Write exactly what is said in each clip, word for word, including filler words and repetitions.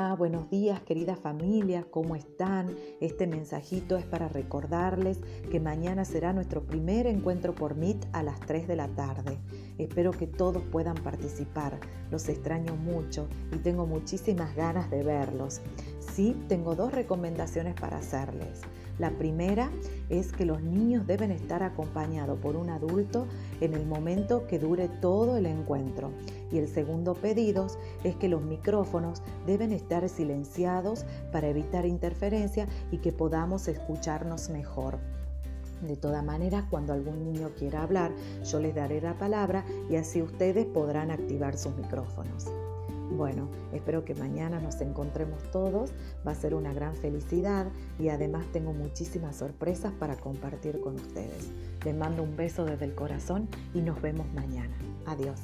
Hola, buenos días querida familia, ¿cómo están? Este mensajito es para recordarles que mañana será nuestro primer encuentro por Meet a las tres de la tarde. Espero que todos puedan participar, los extraño mucho y tengo muchísimas ganas de verlos. Sí, tengo dos recomendaciones para hacerles. La primera es que los niños deben estar acompañados por un adulto en el momento que dure todo el encuentro. Y el segundo pedido es que los micrófonos deben estar silenciados para evitar interferencia y que podamos escucharnos mejor. De todas maneras, cuando algún niño quiera hablar, yo les daré la palabra y así ustedes podrán activar sus micrófonos. Bueno, espero que mañana nos encontremos todos, va a ser una gran felicidad y además tengo muchísimas sorpresas para compartir con ustedes. Les mando un beso desde el corazón y nos vemos mañana. Adiós.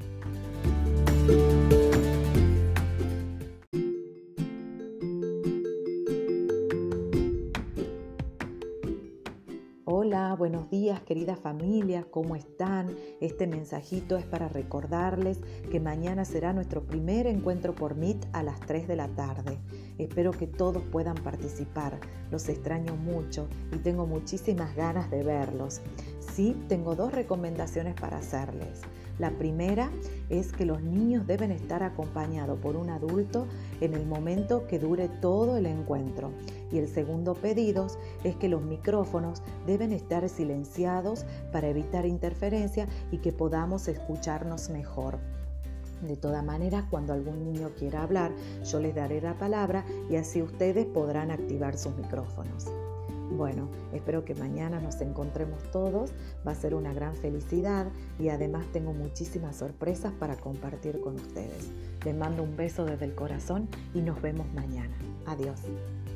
Hola, buenos días querida familia, ¿cómo están? Este mensajito es para recordarles que mañana será nuestro primer encuentro por Meet a las tres de la tarde. Espero que todos puedan participar, los extraño mucho y tengo muchísimas ganas de verlos. Sí, tengo dos recomendaciones para hacerles. La primera es que los niños deben estar acompañados por un adulto en el momento que dure todo el encuentro. Y el segundo pedido es que los micrófonos deben estar silenciados para evitar interferencia y que podamos escucharnos mejor. De todas maneras, cuando algún niño quiera hablar, yo les daré la palabra y así ustedes podrán activar sus micrófonos. Bueno, espero que mañana nos encontremos todos, va a ser una gran felicidad y además tengo muchísimas sorpresas para compartir con ustedes. Les mando un beso desde el corazón y nos vemos mañana. Adiós.